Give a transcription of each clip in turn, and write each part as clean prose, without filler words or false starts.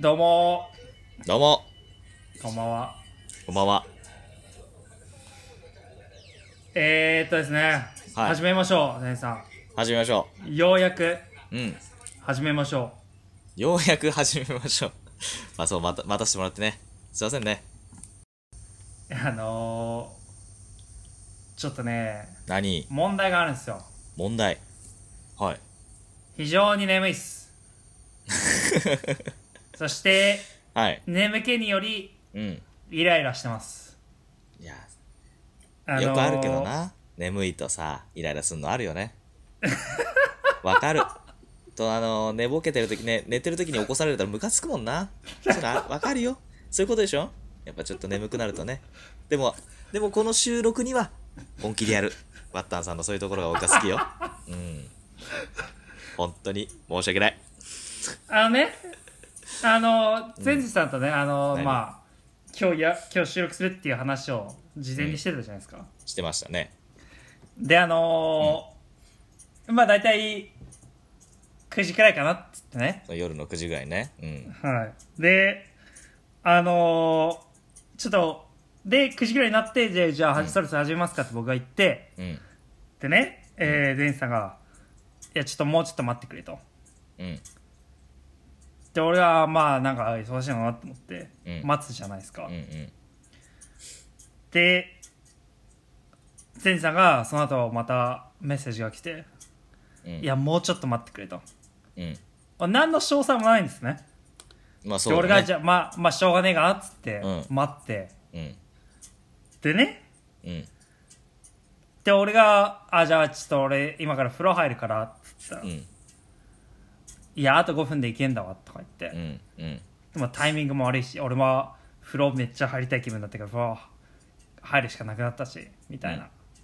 どうもどうも、 こんばんは。 こんばんは。 ですね、 はい始めましょう、ねさん。 始めましょようやくう。 始めましょようやく始めましょう。まあそう、待たせてもらってね。すいませんね。 う。ちょっとね、 何問題があるんですよ。 問題。はい。 非常に眠いっす。そして、 はい。 眠気によりうん。 イライラしてます。 いや、よくあるけどな。眠いとさ、イライラするのあるよね。わかる。寝ぼけてるときね、寝てるときに起こされたらムカつくもんな。それわかるよ。そういうことでしょ。やっぱちょっと眠くなるとね。でもこの収録には本気でやる。ワッタンさんのそういうところが僕は好きよ。うん。本当に申し訳ない。 前治さんとね、 何まあ、今日収録するっていう話を事前にしてたじゃないですか。 してましたね。 で、まあ大体9時くらいかなっつってね。 夜の9時ぐらいね。うん。 はい。で、ちょっと、で、9時ぐらいになって、じゃあ、そろそろ始めますかって僕が言って、 うん。 でね、デンさんが、いや、ちょっともうちょっと待ってくれと。 うん。 で、俺は、まあ、なんか、忙しいのかなと思って、 うん待つじゃないですか。 うん。 で、デンさんが、その後、またメッセージが来て、 うん。 いや、もうちょっと待ってくれと。 うん。 何の詳細もないんですね。 まあそうだね。 で俺が、じゃあ、まあ、しょうがねえかなっつって、 うん待って、 うん。 でね、 うん。 で、俺が、じゃあちょっと俺今から風呂入るからって言ったら、 うん。 いや、あと5分で行けんだわとか言って、 うん。うん。 でもタイミングも悪いし、俺も風呂めっちゃ入りたい気分だったから風呂入るしかなくなったし、みたいな。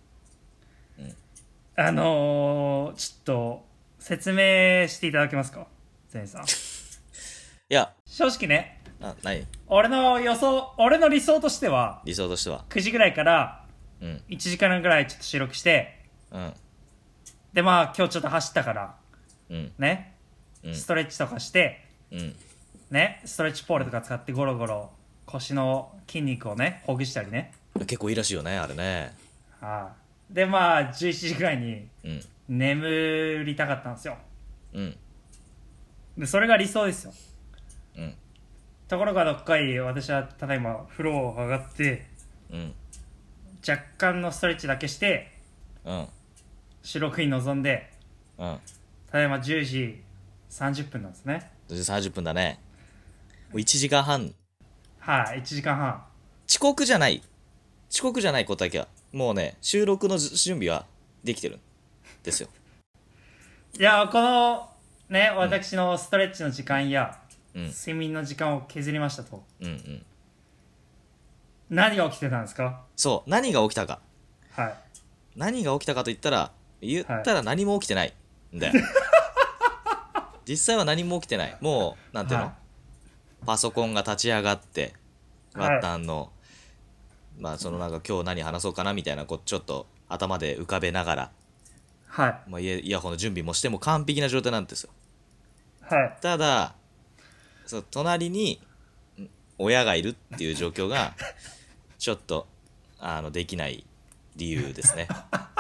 ちょっと説明していただけますか、ゼンさん。 いや、 正直ね、 何俺の理想としては、 理想としては。 9時ぐらいからうん。 1時間ぐらいちょっと収録して、 うん。 で、まあ今日ちょっと走ったから、 うん。 ね、 うんストレッチとかして、 うん。 ね、ストレッチポールとか使ってゴロゴロ腰の筋肉をねほぐしたりね。 結構いいらしいよね、あれね。 でまあ11時ぐらいにうん。 眠りたかったんですよ。 うん。 でそれが理想ですよ。 うん。 ところがどっかい私はただいま風呂上がってうん。 若干のストレッチだけしてうん。 収録に臨んで、 うん。 ただいま10時30分なんですね。 そして30分だね。もう1時間半。 はい、1時間半。 遅刻じゃない。遅刻じゃないことだけは。もうね、収録の準備はできてるんですよ。 いや、このね、私のストレッチの時間や、 うん。 睡眠の時間を削りましたと。 うんうん。 何が起きてたんですか？ そう、何が起きたか。 はい。 何が起きたかと言ったら何も起きてないんだよ。実際は何も起きてない。もう、なんていうの、 はいパソコンが立ち上がって、 はいワッタンの、まあ、なんか今日何話そうかなみたいな、ちょっと頭で浮かべながら、 はいまあ、イヤホンの準備もしても完璧な状態なんですよ。 はいただ、隣に親がいるっていう状況が、ちょっと、できない理由ですね。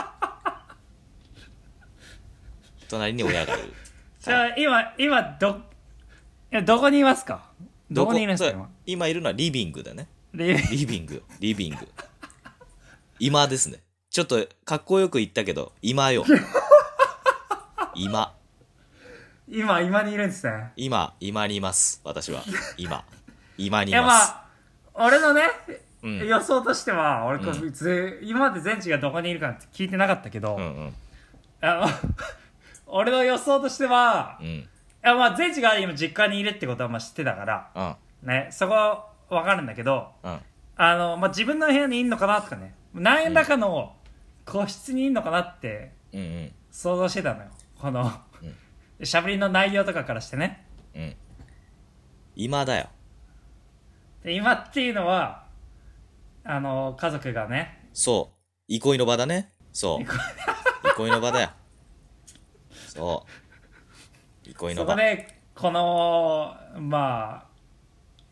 隣に親がいる。 じゃあ今どこにいますか？どこにいるんですかそう今いるのはリビングだよね。 今？ リビング。今ですね。ちょっとかっこよく言ったけど、今よ。 今にいるんですね。 今にいます。私は。今にいます。 いやまあ俺のね、 うん予想としては俺うん今まで全知がどこにいるかって聞いてなかったけど、 うんうんあ俺の予想としては、 うんいやまあ全知が今実家にいるってことはまあ知ってたからうんね、そこは分かるんだけど、 うんまあ、自分の部屋にいんのかなとかね、何らかの個室にいんのかなってうんうん想像してたのよ、このしゃべりの内容とかからしてね。 うん今だよ。 で今っていうのは家族がね、 そう憩いの場だね。そう憩いの場だよ。そう憩いの場。 そこでこのまあ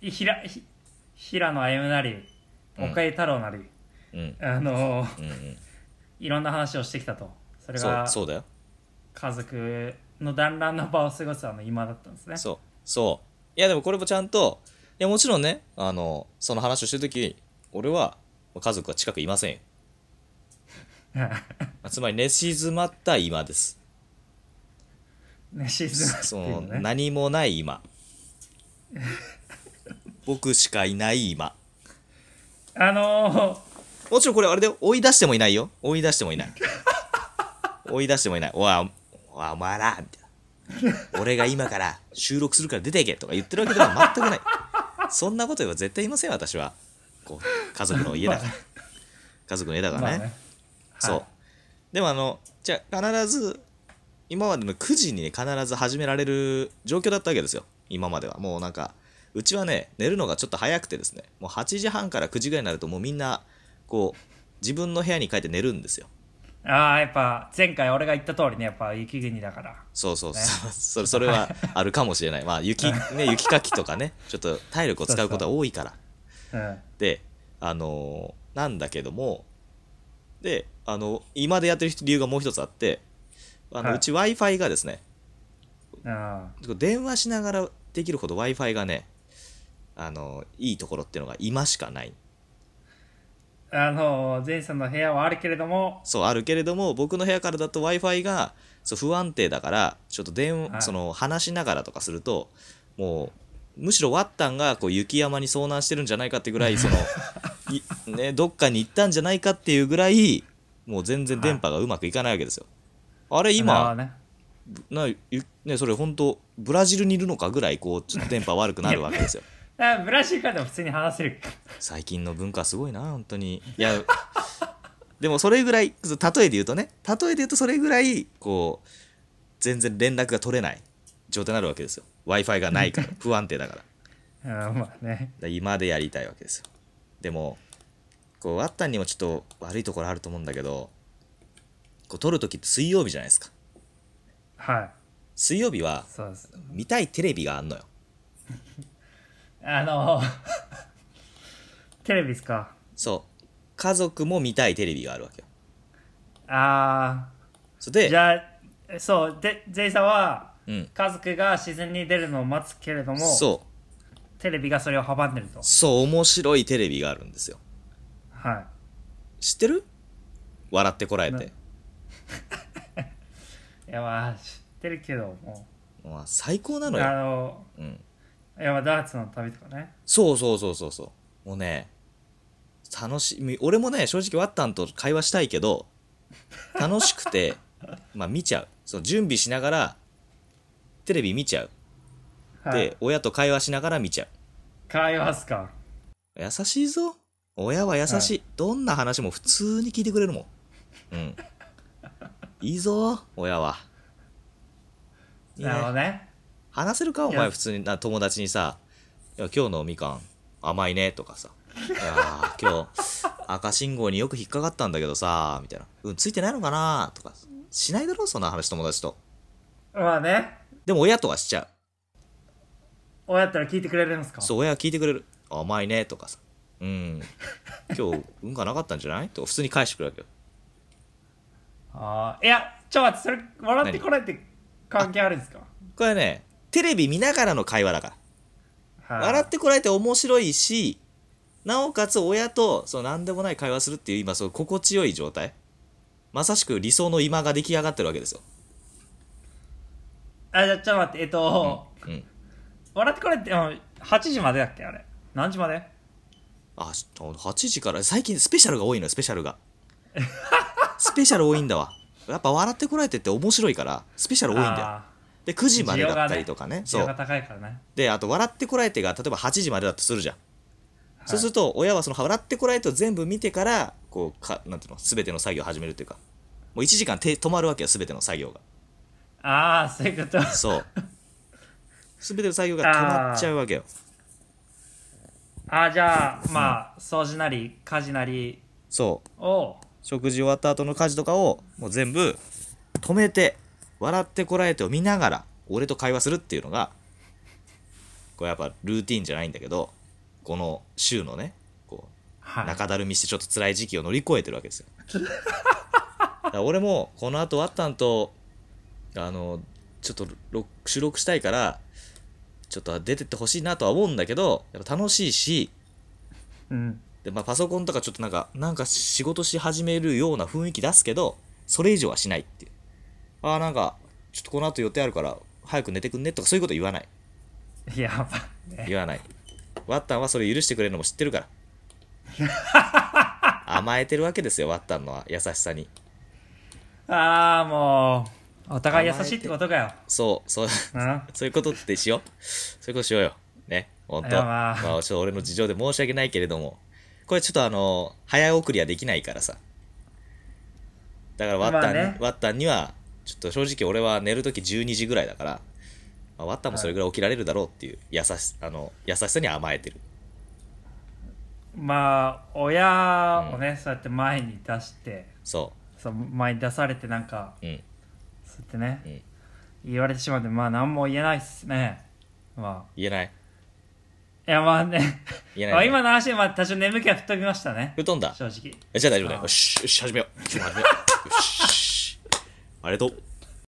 平野歩夢なり岡井太郎なり、 うんうんいろんな話をしてきたと。それがそうだよ。 家族の団らんの場を過ごす今だったんですね。 そういやでもこれもちゃんと、いやもちろんね、その話をしてるとき俺は家族は近くいませんよつまり寝静まった今です。 ね、シーズンそっていうののね。 何もない今僕しかいない今。もちろんこれあれだよ、追い出してもいないよ。追い出してもいない追い出してもいない。お前らみたいな、俺が今から収録するから出ていけとか言ってるわけでは全くないそんなことは絶対言いませんよ私は。こう家族の家だから家族の家だからね、 まあね、 そう、 はい、 でもじゃあ必ず今までの9時にね必ず始められる状況だったわけですよ今までは。もうなんかうちはね寝るのがちょっと早くてですね、もう8時半から9時ぐらいになるともうみんなこう自分の部屋に帰って寝るんですよ。 ああ、やっぱ前回俺が言った通りね、やっぱ雪国だから。 そうそうね、 それはあるかもしれない。まあ雪かきとかねちょっと体力を使うことが多いからでなんだけども、で今でやってる理由がもう一つあって、 はい、 うち w i f i がですね、 あ電話しながらできるほど w i f i がねいいところっていうのが今しかない。 前さんの部屋はあるけれども、 そうあるけれども僕の部屋からだと w i f i が不安定だから、ちょっとはい、 話しながらとかするともうむしろワッタンがこう雪山に遭難してるんじゃないかってぐらいどっかに行ったんじゃないかっていうぐらいもう全然電波がうまくいかないわけですよ。あれ今ね、 それ本当ブラジルにいるのかぐらいこうちょっと電波悪くなるわけですよ。 ブラジルからでも普通に話せる。 最近の文化すごいな本当に。いやでもそれぐらい例えで言うとそれぐらいこう全然連絡が取れない状態になるわけですよ。 w i f i がないから不安定だからまあね。 今でやりたいわけですよ。でもこうワッタンにもちょっと悪いところあると思うんだけど、こう撮るときって水曜日じゃないですか。 はい。 水曜日はそうです。 見たいテレビがあんのよ。 あのーテレビですか。 そう家族も見たいテレビがあるわけよ。 あじそれでゃあ、そうで、ゼイさんはうん家族が自然に出るのを待つけれども、 そうテレビがそれを阻んでると。 面白いテレビがあるんですよ。 は知ってる？笑ってこらえて。 い。いや、まあ知ってるけども、 まあ最高なのよ。うん。 いや、まあダーツの旅とかね。 そうもうね楽しみ。俺もね正直ワッタンと会話したいけど楽しくてまあ見ちゃう。準備しながらテレビ見ちゃう。 はい。 で親と会話しながら見ちゃう。 買いますか。 優しいぞ。親は優しはい。どんな話も普通に聞いてくれるもん。うん。いいぞ親は。いい。 いね。 なるほどね。 話せるかおいや、 前普通に友達にさ、いや今日のみかん甘いねとかさ、いや今日赤信号によく引っかかったんだけどさみたいな、ついてないのかなとかしないだろそんな話友達と。 まあね。 でも親とはしちゃう。 親やったら聞いてくれるんですか。 そう親は聞いてくれる。甘いねとかさ、今日運がなかったんじゃないとか普通に返してくれるわけよ。 いや、ちょっと待って、それ笑って何？ こないって関係あるんですか。 これねテレビ見ながらの会話だから、笑ってこられて面白いし、なおかつ親と何でもない会話するっていう今心地よい状態、まさしく理想の今が出来上がってるわけですよ。 じゃあちょっと待って、 うん笑ってこないって、8時までだっけあれ。何時まで。 8時から最近スペシャルが多いのよ。スペシャル多いんだわ。やっぱ笑ってこられてって面白いからスペシャル多いんだよ。で9時までだったりとかね。そう需要が高いからね。 であと笑ってこられてが例えば8時までだとするじゃん。そうするはい。 と親は笑ってこられてを全部見てからなんていうの全ての作業を始めるっていうか、もう1時間止まるわけよ全ての作業が。 そういうこと。 そう全ての作業が止まっちゃうわけよ。 じゃあ、 うんまあ、掃除なり、家事なりそうを、 食事終わった後の家事とかをもう全部止めて笑ってこらえてを見ながら俺と会話するっていうのがこれやっぱルーティンじゃないんだけど、この週のねこうはい中だるみしてちょっと辛い時期を乗り越えてるわけですよ。だから俺もこの後ワッタンとちょっと収録したいからちょっと出てってほしいなとは思うんだけど、やっぱ楽しいし、 うんで、まあ、パソコンとかちょっとなんか仕事し始めるような雰囲気出すけど、それ以上はしないっていう。なんかちょっとこの後予定あるから早く寝てくんねとかそういうこと言わない。 やばね言わない。ワッタンはそれ許してくれるのも知ってるから甘えてるわけですよ、ワッタンの優しさに。 ああもうお互い優しいってことかよ。 そううんそういうことってしよう。そういうことしようよね。本当いやまあちょっと俺の事情で申し訳ないけれども、これちょっと早送りはできないからさ。だからワッタンに、 まあねワッタンにはちょっと正直俺は寝るとき12時ぐらいだから、ワッタンもそれぐらい起きられるだろうっていう優しさに甘えてる。 まあ親をね、そうやって前に出してそそう前に出されてなんかう。うん。 そうやってね、言われてしまってまあ何も言えないっすね。ま言えない。 あいやまあね言えない、ね。 今の話でまあ多少眠気は吹っ飛びましたね吹っ飛んだ。 正直。 じゃあ大丈夫だよ。よし、よし、始めよう。今日も始めよう。よし。ありがとう。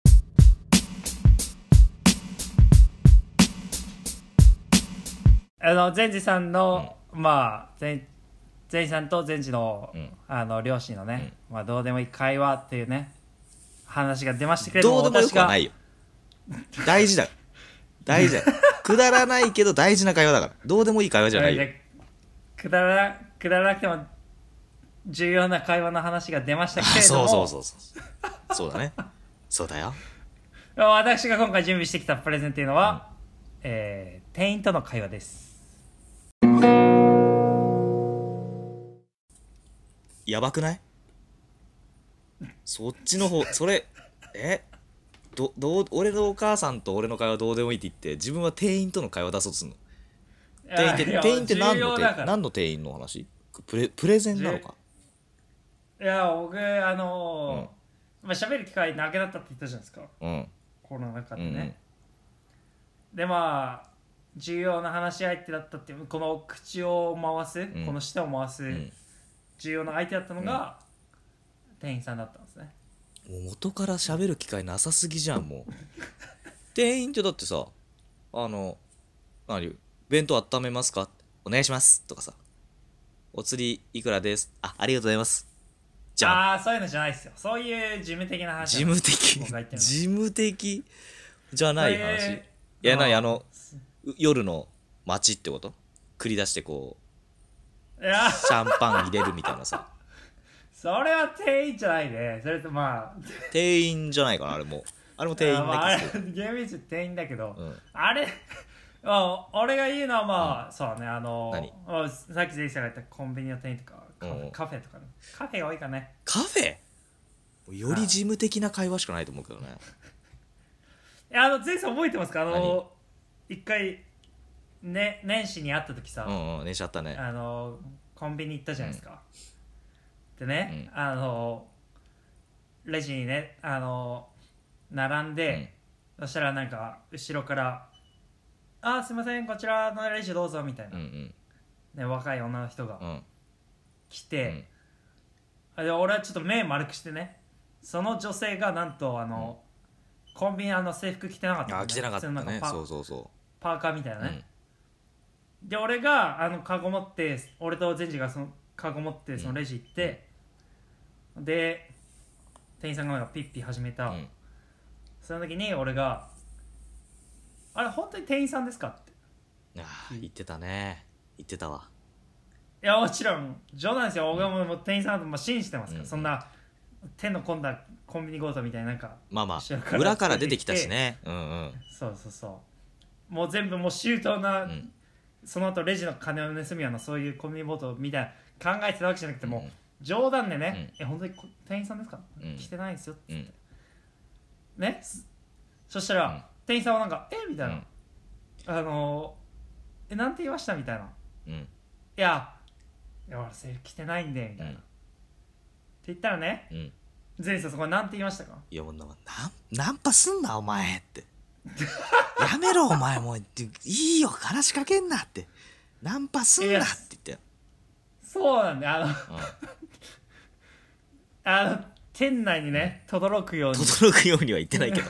善治さんの、まあ善治さんと善治の、両親のね、まあどうでもいい会話っていうね話が出ましたけれども、 どうでもよくはないよ。大事だ。大事だよ。くだらないけど大事な会話だから。どうでもいい会話じゃないよ。 くだらなくても重要な会話の話が出ましたけれども、 そうそうだね。そうだよ。 私が今回準備してきたプレゼンっていうのは、店員との会話です。 やばくない？そっちの方、それ、俺のお母さんと俺の会話どうでもいいって言って、自分は店員との会話出そうとするの。店員って何の店員の話？プレゼンなのか？ いや僕まあ喋る機会なくなったって言ったじゃないですか、コロナ禍でね、でまあ重要な話し相手だったっていう、この口を回す、この舌を回す重要な相手だったのが、店員さんだったんですね。 もう元から喋る機会なさすぎじゃんもう。店員ってだってさ、弁当温めますか、お願いしますとかさ、お釣りいくらです、ありがとうございます、じゃあそういうのじゃないですよ。そういう事務的な話。 事務的じゃない話。いや夜の街ってこと？繰り出してこうシャンパン入れるみたいなさ。 それは店員じゃないね。それとまあ店員じゃないかな、あれも店員だけど、 厳密に店員だけど、あれ俺が言うのはまあ、そうね、さっきゼイさんが言ったコンビニの店員とかカフェとかね、カフェが多いかね。 カフェより事務的な会話しかないと思うけどね。 いやゼイさん覚えてますか？一回ね、年始に会った時さ、 年始あったね。 コンビニ行ったじゃないですか、でね、レジにね並んで、そしたらなんか後ろからすいませんこちらのレジどうぞみたいな、ね、若い女の人が来て、で俺はちょっと目丸くしてね、その女性がなんとコンビニ制服着てなかったのね。 着てなかったね。そうパーカーみたいなね、で俺がカゴ持って、俺とゼンジがそのカゴ持ってそのレジ行って、で店員さんがなんかピッピ始めた、その時に俺があれ本当に店員さんですかって言ってたね。言ってたわ。 いやもちろん冗談ですよ、僕はもう店員さんと信じてますから、そんな手の込んだコンビニ強盗みたいな、なんか裏から出てきたしね。 そうもう全部もう周到な、その後レジの金を盗むようなそういうコンビニ強盗みたいな考えてたわけじゃなくて、もう冗談でね、本当に店員さんですか、来てないですよってね。そしたら、店員さんはなんかみたいな、なんて言いましたみたいな、いや俺制服着てないんでみたいな、って言ったらね、ゼンさんそこなんて言いましたか？ いやもうナンパすんなお前って。 やめろお前もういいよ話しかけんなってナンパすんなって言ってよ。 そうなんだようん店内にね轟くように轟くようには言ってないけど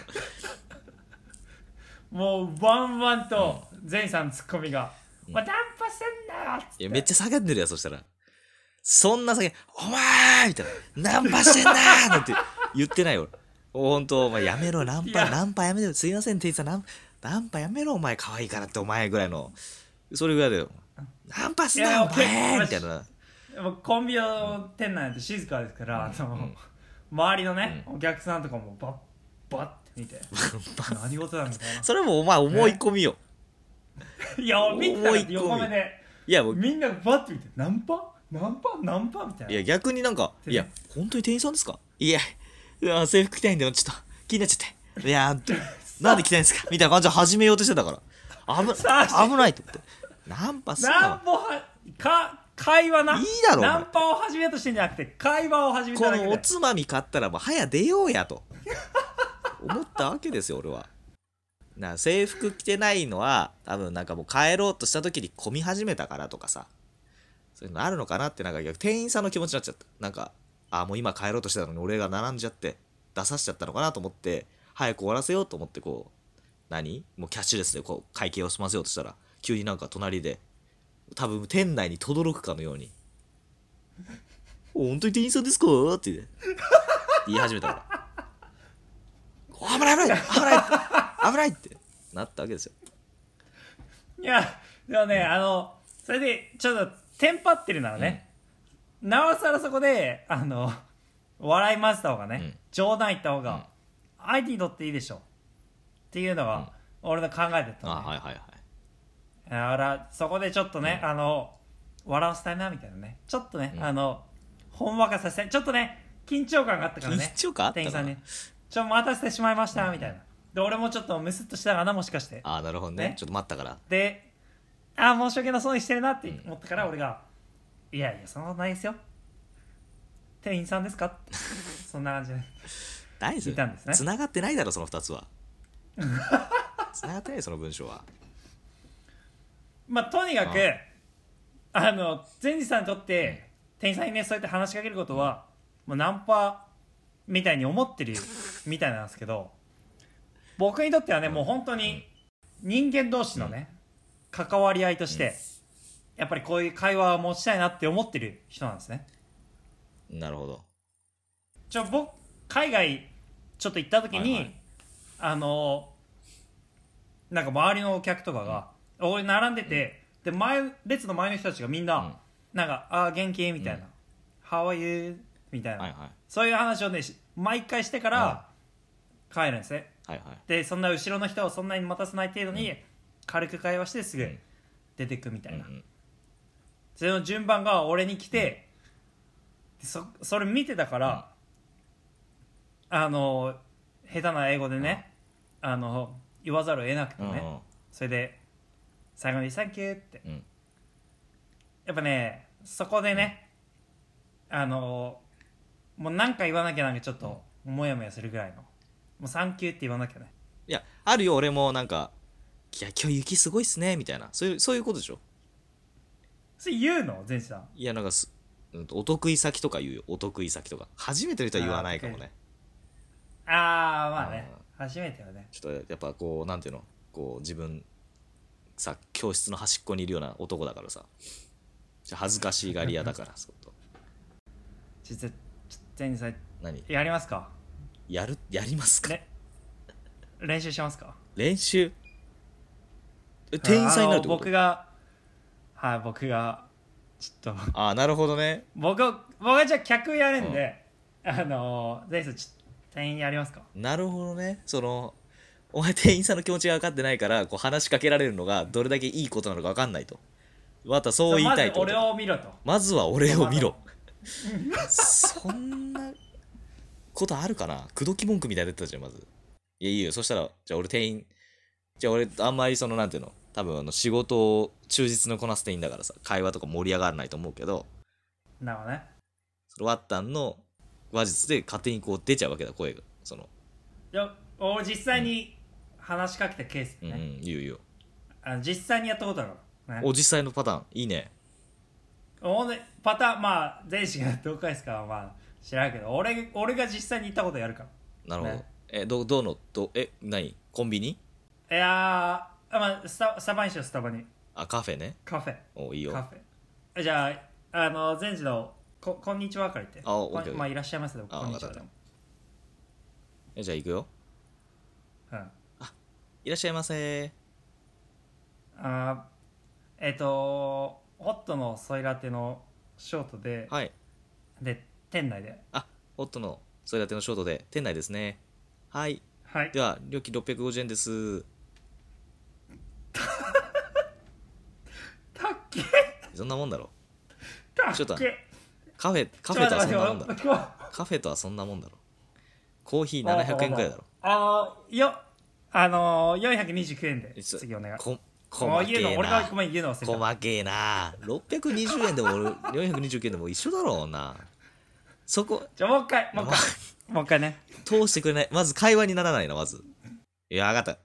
もうワンワンとゼイさんのツッコミが「ナンパすんなよ!」っつって。 いやめっちゃ叫んでるやん。そしたらそんな叫んお前ーみたいなナンパしてんなーなんて言ってないよ俺。ほんとお前やめろナンパやめろすいません店員さんナンパやめろお前可愛いからってお前ぐらいのそれぐらいだよ。ナンパすなお前みたいな。 もうコンビニの店内って静かですから、周りのね、お客さんとかもバッって見て何事だみたいな。 それもお前思い込みよ、 いや俺見てたら横目でいやもうみんなバッて見てナンパみたいな。 いや逆になんかいや本当に店員さんですかいや制服着たいんでちょっと気になっちゃっていやなんで着たいんですかみたいな感じで始めようとしてたから危ないと思ってナンパすな会話な。 いいだろナンパを始めようとしてんじゃなくて会話を始めただけでこのおつまみ買ったらもう早出ようやと思ったわけですよ俺は。制服着てないのは多分なんかもう帰ろうとした時に混み始めたからとかさそういうのあるのかなってなんか店員さんの気持ちになっちゃった。なんかもう今帰ろうとしてたのに俺が並んじゃって出さしちゃったのかなと思って早く終わらせようと思ってこうもうキャッシュレスでこう会計を済ませようとしたら急になんか隣で多分店内に轟くかのように「本当に店員さんですか?」って言い始めたから危ないってなったわけですよ。 いやでもねそれでちょっとテンパってるならね、なおさらそこで笑いました方がね、冗談言った方が、相手にとっていいでしょっていうのが、俺の考えてた、ね。 はいはいはい。 だからそこでちょっとね、笑わせたいなみたいなね、ちょっとね、ほんわかさせたい、ちょっとね緊張感があったからね。 緊張感あったかな。 店員さんに待たせてしまいましたみたいな。で俺もちょっとムスッとしたかなもしかして。 なるほどね。ちょっと待ったから。 で申し訳なそうにしてるなって思ったから、俺がいやそんなことないですよ店員さんですかってそんな感じで言ったんですね。 繋がってないだろその2つは繋がってないその文章は。 とにかく善治さんにとって店員さんにねそうやって話しかけることはもうナンパみたいに思ってるみたいなんですけど、僕にとってはねもう本当に人間同士のね関わり合いとしてやっぱりこういう会話を持ちたいなって思ってる人なんですね。 なるほど。 僕海外ちょっと行った時に、なんか周りのお客とかが、俺並んでて、で列の前の人たちがみんな、なんか元気みたいな、How are you? みたいな、そういう話をね毎回してから帰るんですね。でそんな後ろの人をそんなに待たせない程度に軽く会話してすぐ出てくみたいな、それの順番が俺に来て、それ見てたから、下手な英語でね、言わざるを得なくてね、それで最後に「サンキュー」って、やっぱねそこでねもう何か言わなきゃなんかちょっとモヤモヤするぐらいの、もうサンキューって言わなきゃね。 いやあるよ俺もなんか「いや今日雪すごいっすね」みたいなそういうことでしょ。 それ言うの善治さん。 いやなんかお得意先とか言うよ。お得意先とか初めての人は言わないかもね。 まあね初めてはねちょっとやっぱこうなんていうのこう自分さ教室の端っこにいるような男だからさ恥ずかしがり屋だからそっと実は善治さん何やりますか。 やりますか、 練習しますか。 練習店員さんになるってこと。 僕がちょっとなるほどね。 僕はじゃあ客やるんで、善治さんちょっと店員やりますか。 なるほどね。お前店員さんの気持ちが分かってないからこう話しかけられるのがどれだけいいことなのか分かんないと。またそう言いたいと。 まず俺を見ろと。 まずは俺を見ろそんなことあるかな。口説き文句みたいなの出てたじゃんまず。いいよ。そしたらじゃあ俺店員俺あんまりなんていうの多分仕事を忠実にこなす店員だからさ会話とか盛り上がらないと思うけど、 なるほどね。 ワッタンの話術で勝手にこう出ちゃうわけだ声が。 いや俺実際に話しかけたケースでね、 いいよいいよ。 実際にやったことあるからね。 お、実際のパターンいいね。 ほんでパターン、まあ前氏がどう返すかはまあ知らんけど、俺が実際に行ったことやるかなるほど、 ね。 どの何コンビニ？ ら。いやー、まあスタバにしよう。スタバにあ、カフェね。 カフェ。 お、いいよ。 カフェ。じゃあ前氏のこんにちはから言って。 あ、オッケー。 まあいらっしゃいませでもあ、 こんにちはでも。 じゃあ行くよ。 うん。 いらっしゃいませ。 ホットのソイラテのショートで、 はい。 で店内で。 あ、ホットのソイラテのショートで店内ですね。はい。 はい。 では料金650円です。 たっけそんなもんだろ。 たっけちょっとカフェとはそんなもんだろ。カフェとはそんなもんだろ。コーヒー700円くらいだろ。 429円で次お願い。 細けえな。 俺がごめん言うの忘れた。 細けえな。620円でも429円でも一緒だろうな。そこもう一回ね。 通してくれない。まず会話にならないな、まず。いや、分かった。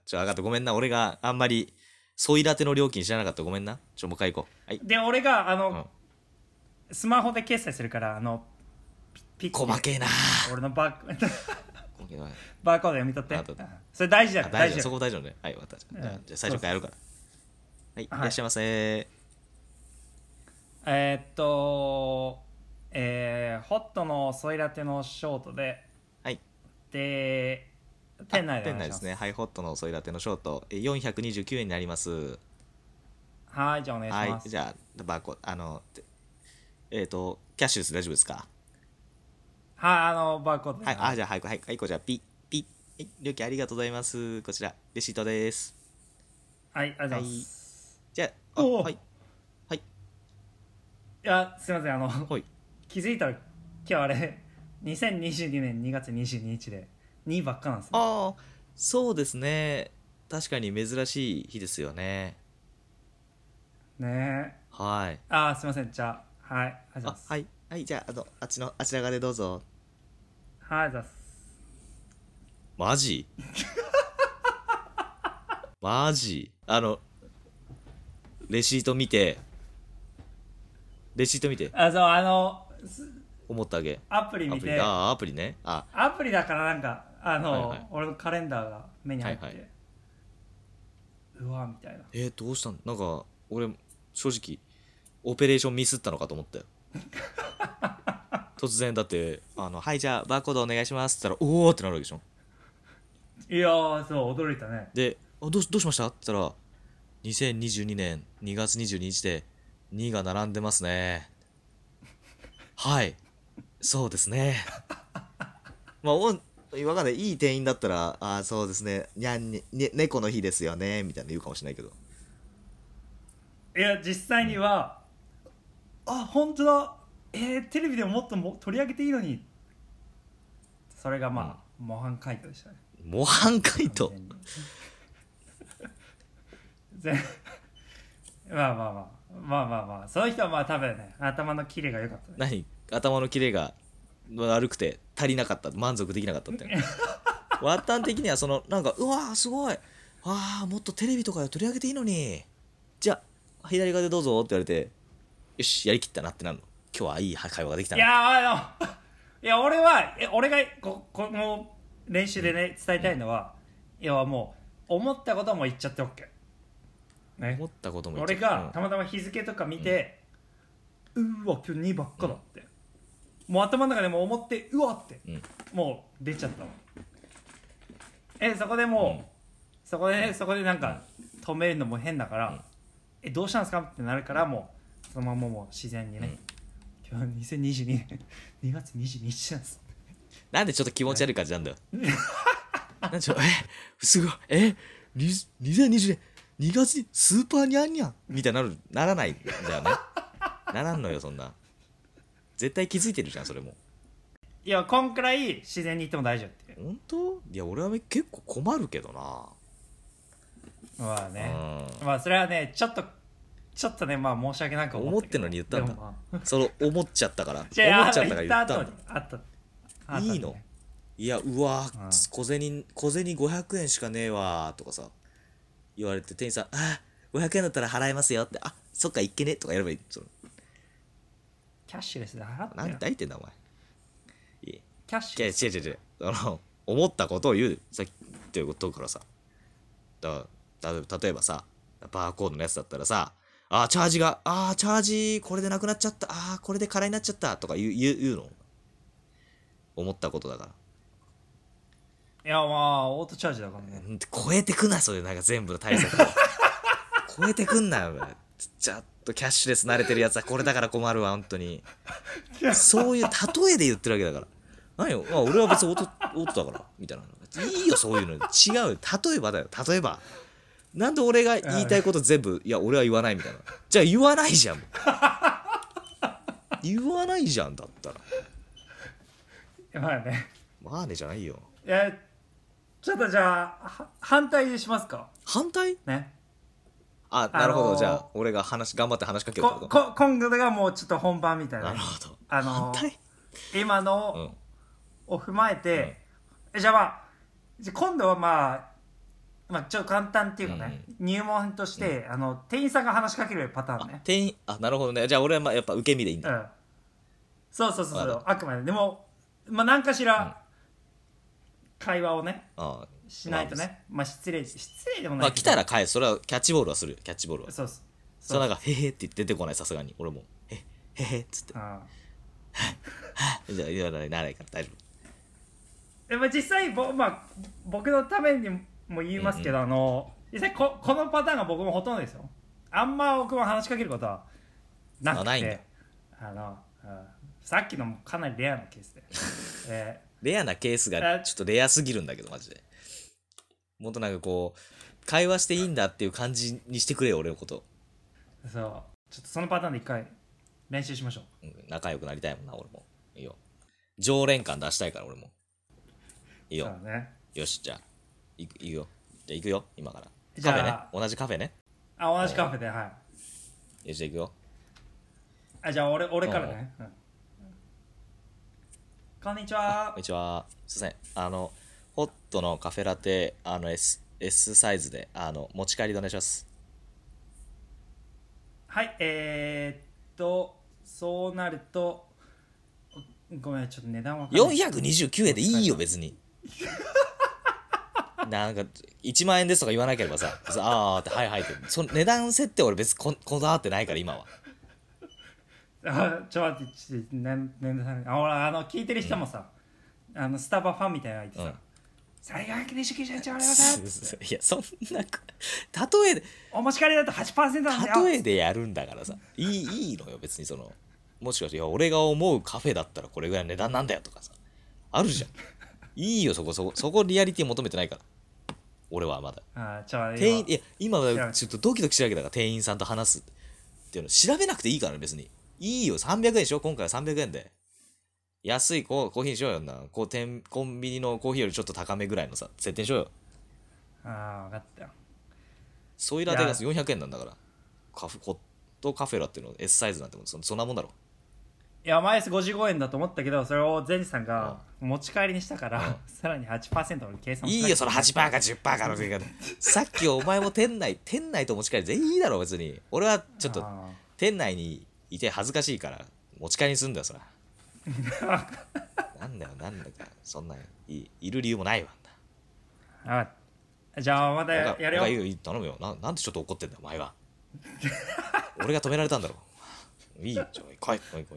ごめんな。俺があんまりソイラテの料金知らなかった。ごめんな。もう一回行こう。はい。 で、俺がスマホで決済するからピッ細けえな。 俺のバーコード読み取って。それ大事だから。 大事だ。そこ大事だね。はい、分かった。じゃあ最初からやるから。はい、いらっしゃいませ。 ホットのソイラテのショートで、 はい。 で、店内ですね。はい、ホットのソイラテのショート、429円になります。 はい、じゃあお願いします。 はい、じゃあ、バーコーキャッシュレス大丈夫ですか？ はい、バーコード。 はい、じゃあ、はい、じゃあ、ピッ、はい、料金ありがとうございます。こちら、レシートです。 はい、ありがとうございます。 じゃあ、はい。いや、すいません、 はい、 気づいたら、今日あれ、2022年2月22日で、2ばっかなんですね。 ああ、そうですね。確かに珍しい日ですよね。 ねえ。 はい。 すいません、じゃあ、はい、ありがとうございます。 はい、じゃあ、あちら側でどうぞ。 はい、ありがとうございます。 マジマジレシート見て思ったわけ。 アプリ見て、 アプリね。 アプリだからなんか俺のカレンダーが目に入って、うわみたいな。 どうしたん？なんか俺正直オペレーションミスったのかと思ったよ。突然だってはいじゃあバーコードお願いしますって言ったらおおってなるわけでしょ。 いやー、そう驚いたね。 でどうしましたって言ったら2022年2月22日で2が並んでますね。はいそうですね。まあわかんない。いい店員だったらそうですね猫の日ですよねみたいな言うかもしれないけど、 いや実際には、本当だ、テレビでももっと取り上げていいのに。それが模範解答でしたね。 模範解答まあその人は多分ね、頭のキレが良かったね。 何？頭のキレが悪くて足りなかった、満足できなかったってワッタン的にはなんかうわーすごい、もっとテレビとかで取り上げていいのに、じゃあ左側でどうぞって言われて、よしやりきったなってなるの。今日はいい会話ができたな。 いや俺がこの練習でね伝えたいのは、いやもう思ったことも言っちゃって OK、ね、 思ったことも言っちゃ俺がたまたま日付とか見て、うわ今日2ばっかだって、もう頭の中でも思ってうわって、もう出ちゃったの。そこでもう、そこでなんか止めるのも変だから、どうしたんですかってなるから、もうそのままもう自然にね、今日2022年2月22日なんです。 なんでちょっと気持ち悪い感じなんだよ。なんですごい2020年2月にスーパーニャンニャンみたいにならないんだよね。ならんのよそんな。絶対気づいてるじゃんそれも。 いやこんくらい自然に言っても大丈夫って。 本当？いや俺は結構困るけどな。 まあね、それはねちょっとね申し訳なく思ってんのに言ったんだ。思っちゃったから。 思っちゃったから言ったの。 いいの？ いやうわうん小銭500円しかねえわとかさ言われて店員さん500円だったら払えますよってそっかいっけねとかやればいいキャッシュレスで払って何よ。 言ってんだお前キャッシュレス。 違う思ったことを言うさっきっていうことからさ例えばさバーコードのやつだったらさチャージこれでなくなっちゃったこれで空になっちゃったとか言うの思ったことだからいやまあオートチャージだからね。 超えてくなそれなんか全部の対策を超えてくんなよちょっとキャッシュレス慣れてるやつはこれだから困るわ本当にそういう例えで言ってるわけだから何よ、俺は別にオートだからみたいないいよそういうの違うよ例えばだよ例えばなんで俺が言いたいこと全部いや俺は言わないみたいなじゃあ言わないじゃん言わないじゃんだったらまあね。 まあねじゃないよいやちょっとじゃあ反対にしますか反対ね。 なるほどじゃあ俺が頑張って話しかけるってこと今度がもうちょっと本番みたいな。 なるほど反対今のを踏まえて、じゃあ今度はまあちょっと簡単っていうかね、入門として、店員さんが話しかけるパターンね。 なるほどねじゃあ俺はやっぱ受け身でいいんだ、 そうあくまででも何かしら会話をね、しないとね、失礼でもない来たら返すそれはキャッチボールはするよキャッチボールはそうなんかへへって言って出てこないさすがに俺もへへっつってじゃあ言わないから大丈夫でも実際僕のためにも言いますけど、実際このパターンが僕もほとんどですよ。あんま僕も話しかけることはなくてないんださっきのもかなりレアなケースで、 レアなケースがちょっとレアすぎるんだけどマジでもっとなんかこう会話していいんだっていう感じにしてくれよ俺のことそうちょっとそのパターンで一回練習しましょう、 仲良くなりたいもんな俺もいいよ常連感出したいから俺もいいよ、 ね、 よしじゃあ行くよじゃあ行くよ今からじゃあカフェね同じカフェね同じカフェでよしじゃあ行くよじゃあ俺からね、こんにちは。 こんにちは。すいません。ホットのカフェラテ、S サイズで、持ち帰りでお願いします。 はい、そうなると、ごめん、ちょっと値段は。 429円でいいよ、別に。なんか、1万円ですとか言わなければさ、って、はいって。その値段設定俺別にこだわってないから、今は。 ちょっと待って、聞いてる人もさ、スタバファンみたいなのがいてさ、最後に29円ちょうだいますいや、そんな、例えで、 お持ち帰りだと 8% なんだよ。 例えでやるんだからさ、いいのよ、別にもしかして、俺が思うカフェだったらこれぐらいの値段なんだよとかさ、あるじゃん。いいよ、そこリアリティ求めてないから。俺はまだ。今はちょっとドキドキしなきゃだから、店員さんと話すっていうの調べなくていいからね、別に。いいよ、300円でしょ今回は300円で。安いコーヒーにしようよな。コンビニのコーヒーよりちょっと高めぐらいのさ、設定にしようよ。 分かったよ。 ソイラテが400円なんだから。ホットカフェラっていうの S サイズなんてもそんなもんだろ。 いや、前55円だと思ったけど、それを前治さんが持ち帰りにしたから、さらに 8% の計算いいよ、その 8% か 10% かの言い方。さっきお前も店内と持ち帰り全員いいだろ、別に。俺はちょっと店内にいて恥ずかしいから持ち帰りにすんだよ、そら。なんだか、そんないる理由もないわ。 じゃあまたやるよ。 頼むよ。なんでちょっと怒ってんだよ、お前は。俺が止められたんだろ。いいよ、じゃあ、来い。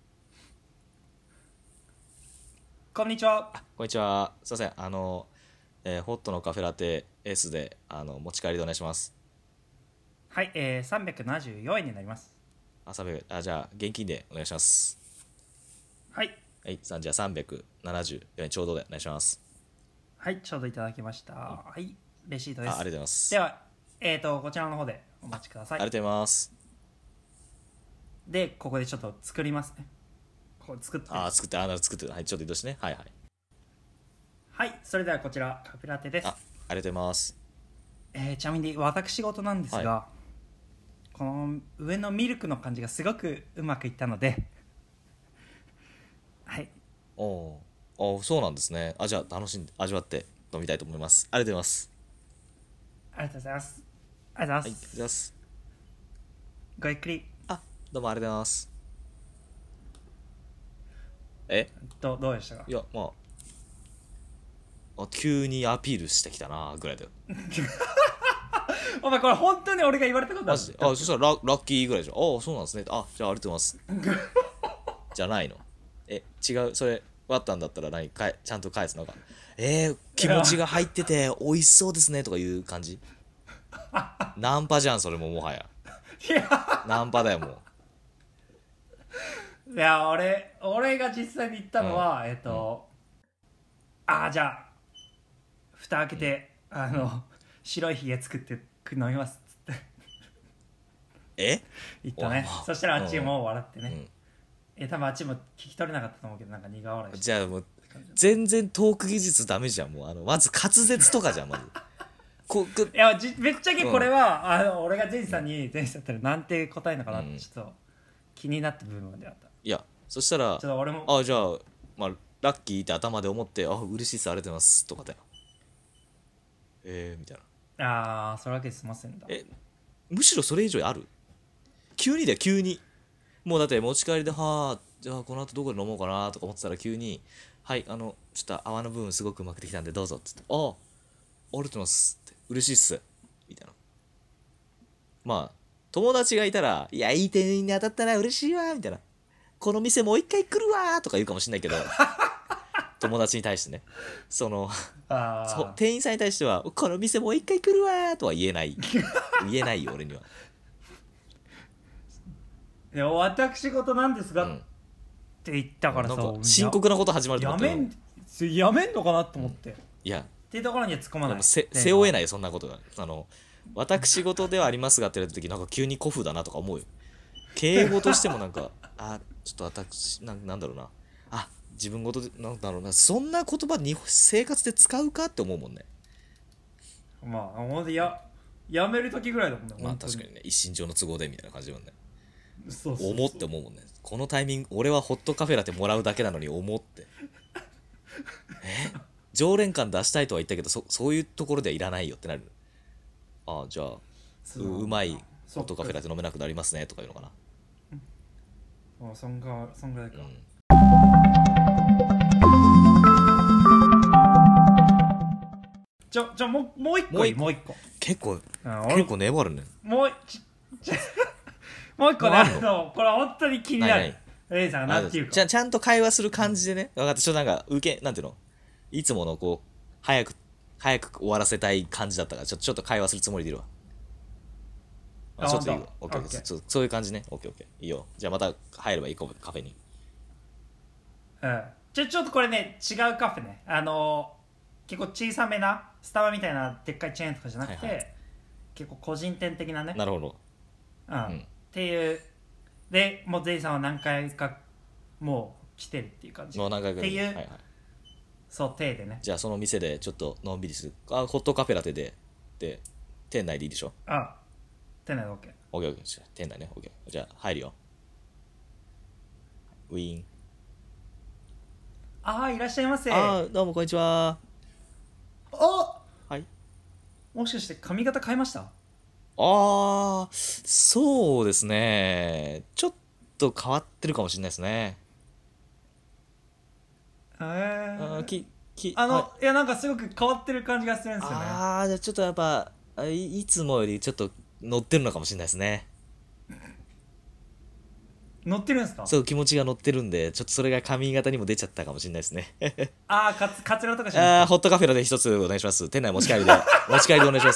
こんにちは。 こんにちは。すいません。ホットのカフェラテ S で持ち帰りでお願いします。 はい、374円になります。 じゃあ、現金でお願いします。 はい。 はい、じゃあ374円ちょうどでお願いします。 はい、ちょうどいただきました。はい、レシートです。 ありがとうございます。 では、こちらの方でお待ちください。 ありがとうございます。 で、ここでちょっと作りますね。こう作って。 作って。はい、ちょっと移動してね。はい。 はい、それではこちら、カフェラテです。 ありがとうございます。 ちなみに私事なんですが、この上のミルクの感じがすごくうまくいったので、はい。 あ、そうなんですね。あ、じゃあ楽しんで味わって飲みたいと思います。ありがとうございます。 ありがとうございます。ありがとうございはい、 ます。 じゃあす。 ごゆっくり。 あ、どうもありがとうございます。え、 どうでしたか？ いや、まあ、急にアピールしてきたなぐらいだよ。 お前これ本当に俺が言われたことある？ マジで。あ、そしたらラッキーぐらいでしょ。ああ、そうなんですね。あ、じゃあありがとうございます。じゃないの。違う、それ、割ったんだったらちゃんと返すのか。気持ちが入ってて美味しそうですねとかいう感じ。ナンパじゃん、それももはや。 いや、 ナンパだよ、もう。 いや俺が実際に言ったのは、じゃあ蓋開けて、白いひげ作って飲みますっつって言ったね。そしたらあっちも笑ってね、多分あっちも聞き取れなかったと思うけど、なんか苦笑いして。 じゃあもう全然トーク技術ダメじゃん。もうまず滑舌とかじゃん、まず。 いやめっちゃけこれは、俺がジェイさんにだったらなんて答えるのかなってちょっと気になった部分であった。 いや、そしたら、 ちょっと俺もじゃあ、まあ、ラッキーって頭で思って、嬉しいっす、ありがとうございますとかだよ。みたいな。 それだけで済ませんだ。 むしろそれ以上ある？急にだよ、急に。もうだって持ち帰りで、じゃあこの後どこで飲もうかなとか思ってたら、急に、はい、ちょっと泡の部分すごくうまくできたんでどうぞっつって、ありがとうございますって、嬉しいっすみたいな。まあ友達がいたら、いや、いい店員に当たったら嬉しいわみたいな、この店もう一回来るわとか言うかもしんないけど友達に対してね、店員さんに対しては、この店もう一回来るわとは言えないよ、俺には。 いや、私事なんですが、って言ったからさ、 なんか深刻なこと始まると思ったよ。 やめんのかなと思って、 いやっていうところには突っ込まない。 背負えないよ、そんなことが。私事ではありますがって言われた時、なんか急に古風だなとか思うよ。敬語としてもなんかちょっと私なんだろうな、自分事でなんだろうな、そんな言葉に生活で使うかって思うもんね。 まあほんとやめる時ぐらいだもんね。 まあ確かにね、一身上の都合でみたいな感じだもんね。 そう思って思うもんね。このタイミング、俺はホットカフェラテもらうだけなのに思って常連感出したいとは言ったけど、そういうところではいらないよってなる。じゃあうまいホットカフェラテ飲めなくなりますねとかいうのかな。 そんぐらいか。もう一個いい？もう一個。 結構粘るね。 もう一個ね、これ本当に気になる。レイさんがなんていうか。 ちゃんと会話する感じでね。分かった。ちょっとなんかなんていうの、いつものこう早く終わらせたい感じだったから、ちょっと会話するつもりでいるわ。ちょっといいわ。オッケー。そういう感じね。オッケー。いいよ。じゃあまた入ればいいカフェに。 ちょっとこれね、違うカフェね。結構小さめなスタバみたいなでっかいチェーンとかじゃなくて、結構個人店的なね。 なるほど。 っていうで、もうゼイさんは何回かもう来てるっていう感じ。 もう何回かっていう、そう体でね。 じゃあその店でちょっとのんびりする。ホットカフェラテで店内でいいでしょ。 店内で OK。 オッケー。店内ね。オッケー。じゃあ入るよ。ウィーン。 いらっしゃいませ。 どうもこんにちは。 はい。もしかして髪型変えました？ そうですね。ちょっと変わってるかもしれないですね。 いや、なんかすごく変わってる感じがするんですよね。 じゃあちょっとやっぱいつもよりちょっと乗ってるのかもしれないですね。 乗ってるんですか？ そう、気持ちが乗ってるんで、ちょっとそれが髪型にも出ちゃったかもしれないですね。 カツラとかしない？ ホットカフェラテ一つお願いします。店内持ち帰りでお願いします。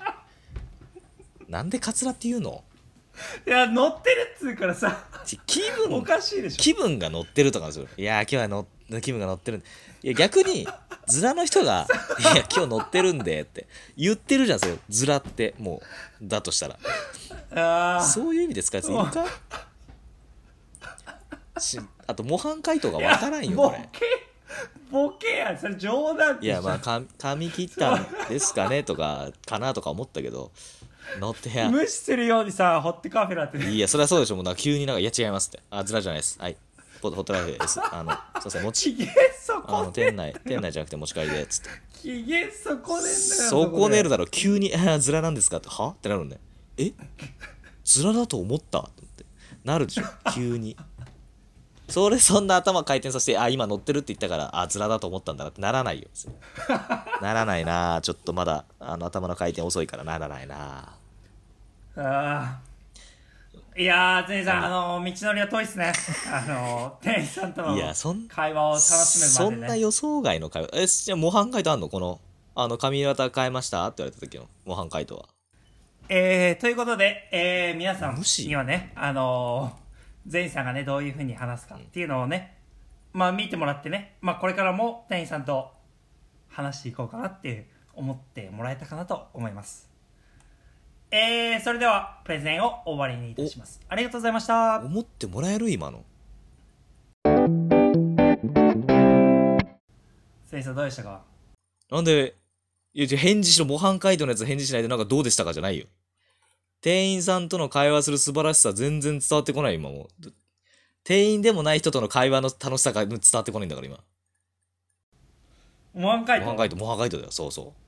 なんでカツラって言うの？ いや、乗ってるっつうからさ、おかしいでしょ。 気分が乗ってるとかですよ。いや、今日は気分が乗ってる。いや、逆にズラの人がいや今日乗ってるんでって言ってるじゃん、それズラって。もうだとしたらそういう意味で使うやついるか？あと模範解答がわからんよ、これ。 ボケや、それ冗談って。 いや、まあ髪切ったんですかねとかかなとか思ったけど、乗ってや無視するようにさ、ホットカフェラテ。 いや、それはそうでしょ。もう急になんか、いや違いますって。ズラじゃないです。はい。 ホットライフです。すいません、 機嫌そこ店内じゃなくて持ち帰りで、つって。 機嫌そこねんだよ。 そこねるだろ、急に、ズラなんですかって、はってなるんだよ。ズラだと思ったと思って。なるでしょ、急に。そんな頭回転させて、今乗ってるって言ったから、ズラだと思ったんだなってならないよ。ならないな、ちょっとまだ、頭の回転遅いからならないな。 いやー、ゼニさん、道のりは遠いっすね。店員さんとの会話を楽しむそまでね。 んな予想外の会話。じゃあ模範解答あんの？この、髪型変えましたって言われた時の模範解答は。 ということで、皆さんにはね、ゼニさんがね、どういう風に話すかっていうのをね、見てもらってね、これからも店員さんと話していこうかなって思ってもらえたかなと思います。それではプレゼンを終わりにいたします。ありがとうございました。 思ってもらえる今の。 先生どうでしたか？ なんで、返事しろ、模範解答のやつ返事しないでなんかどうでしたかじゃないよ。店員さんとの会話する素晴らしさ全然伝わってこない今もう。店員でもない人との会話の楽しさが伝わってこないんだから今。 模範解答だよ、そうそう。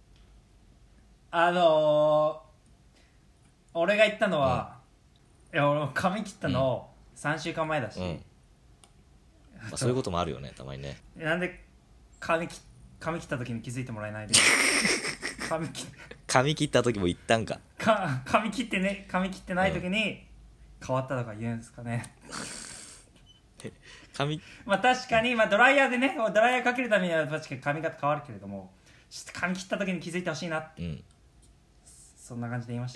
俺が言ったのは、俺髪切ったの3週間前だし、 そういうこともあるよね、たまにね。 なんで髪切った時に気づいてもらえないで髪切った時も言ったんか。 髪切ってない時に変わったとか言うんですかね。確かに、ドライヤーでね、ドライヤーかけるためには確かに髪型変わるけれども、ちょっと髪切った時に気づいてほしいなって、そんな感じで言いました、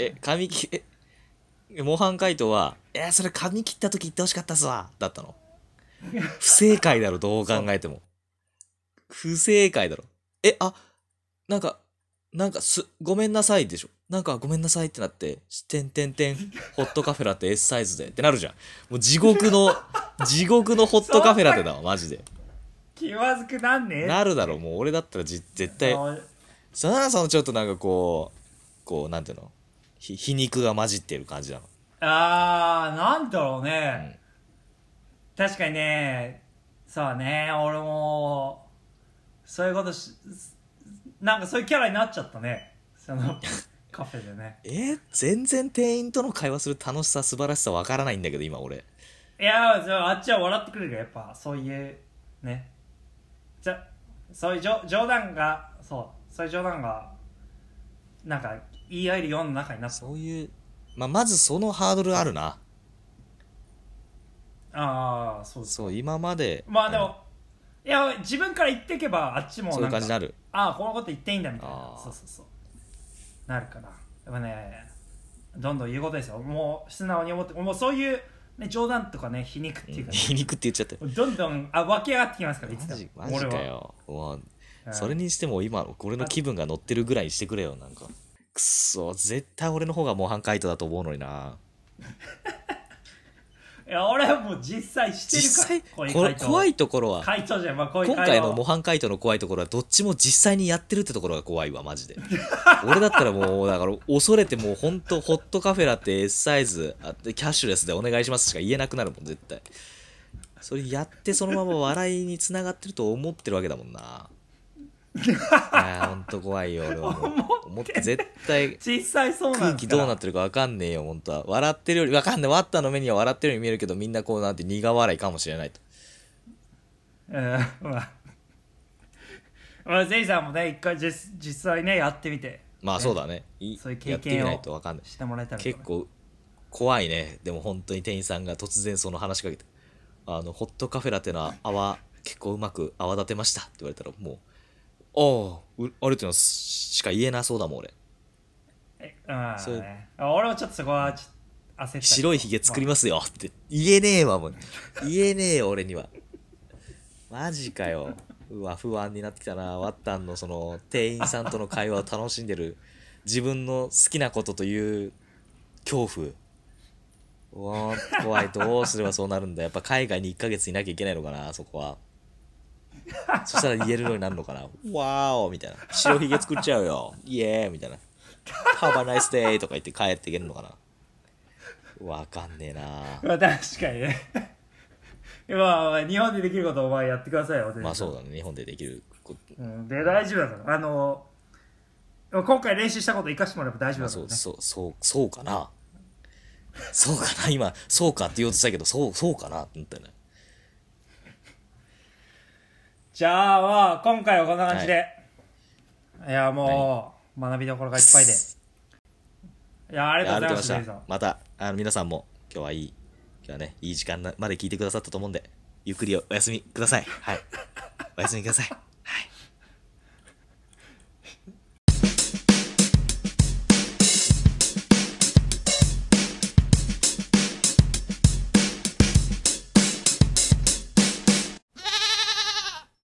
模範解答はそれ髪切った時言ってほしかったっすわだったの？不正解だろ、どう考えても不正解だろ。ごめんなさいでしょ。ごめんなさいってなって、ホットカフェラテ S サイズでってなるじゃん。もう地獄のホットカフェラテだわ、マジで。 気まずくなんねえなるだろ、もう俺だったら絶対。そのちょっとこう、なんていうの？皮肉が混じってる感じなの。 なんだろうね。確かにね、そうね、俺も、そういうことそういうキャラになっちゃったね。カフェでね。 全然店員との会話する楽しさ、素晴らしさわからないんだけど、今俺。 あっちは笑ってくれるから、やっぱ、そういう、ね。そういう冗談が、言い合えるような中になった。 そういう、まずそのハードルあるな。 そうです。 そう、今まで。 でも、自分から言っていけば、あっちもそういう感じになる。 このこと言っていいんだみたいな。そう。なるから。やっぱね、どんどん言うことですよ。もう、素直に思って、もうそういう、ね、冗談とかね、皮肉っていうか、ね、 皮肉って言っちゃって。 どんどん湧き上がってきますから、いつでも。 マジかよ。それにしても今、俺の気分が乗ってるぐらいにしてくれよ、なんか。くそ、絶対俺の方が模範解答だと思うのにな。 俺はもう実際してるから。 怖いところは、 回答じゃん、今回の模範解答の怖いところはどっちも実際にやってるってところが怖いわ、マジで。俺だったらもうだから恐れてもうほんとホットカフェラテ S サイズキャッシュレスでお願いしますしか言えなくなるもん、絶対。それやってそのまま笑いにつながってると思ってるわけだもんな。いやほんと怖いよ、俺はもう。思って絶対実際そうなん空気どうなってるか分かんねえよ、ほんとは。笑ってるより分かんない。ワッターの目には笑ってるように見えるけど、みんなこうなんて苦笑いかもしれないと。 ゼイさんもね、一回実際ねやってみて、 そうだね。 そういう経験をしてもらえたら結構怖いね。でも本当に店員さんが突然その話しかけて、ホットカフェラテの泡結構うまく泡立てましたって言われたら、もうありがとうございますしか言えなそうだもん俺。 俺もちょっとそこは焦った。 白いひげ作りますよって言えねえわ、もう言えねえよ俺には。マジかよ。うわ、不安になってきたな。ワッタンのその店員さんとの会話を楽しんでる自分の好きなことという恐怖。怖い。どうすればそうなるんだ。やっぱ海外に1ヶ月いなきゃいけないのかな、そこは。そしたら言えるようになるのかな。わーおみたいな。白ひげ作っちゃうよ。イエーイみたいな。Have a nice day とか言って帰っていけるのかな。わかんねえな。 確かにね。 まあ日本でできることをお前やってくださいよ。 まあそうだね、日本でできるうん、で大丈夫だから。今回練習したこと生かしてもらえば大丈夫だからね。 そうかな。そうかな、今、そうかって言おうとしたけど、そうかなって言ったね。 じゃあ、まあ、今回はこんな感じで。いや、もう、学びどころがいっぱいで。いや、ありがとうございました。 また、皆さんも、今日はね、いい時間まで聞いてくださったと思うんで、ゆっくりお休みください。はい。お休みください。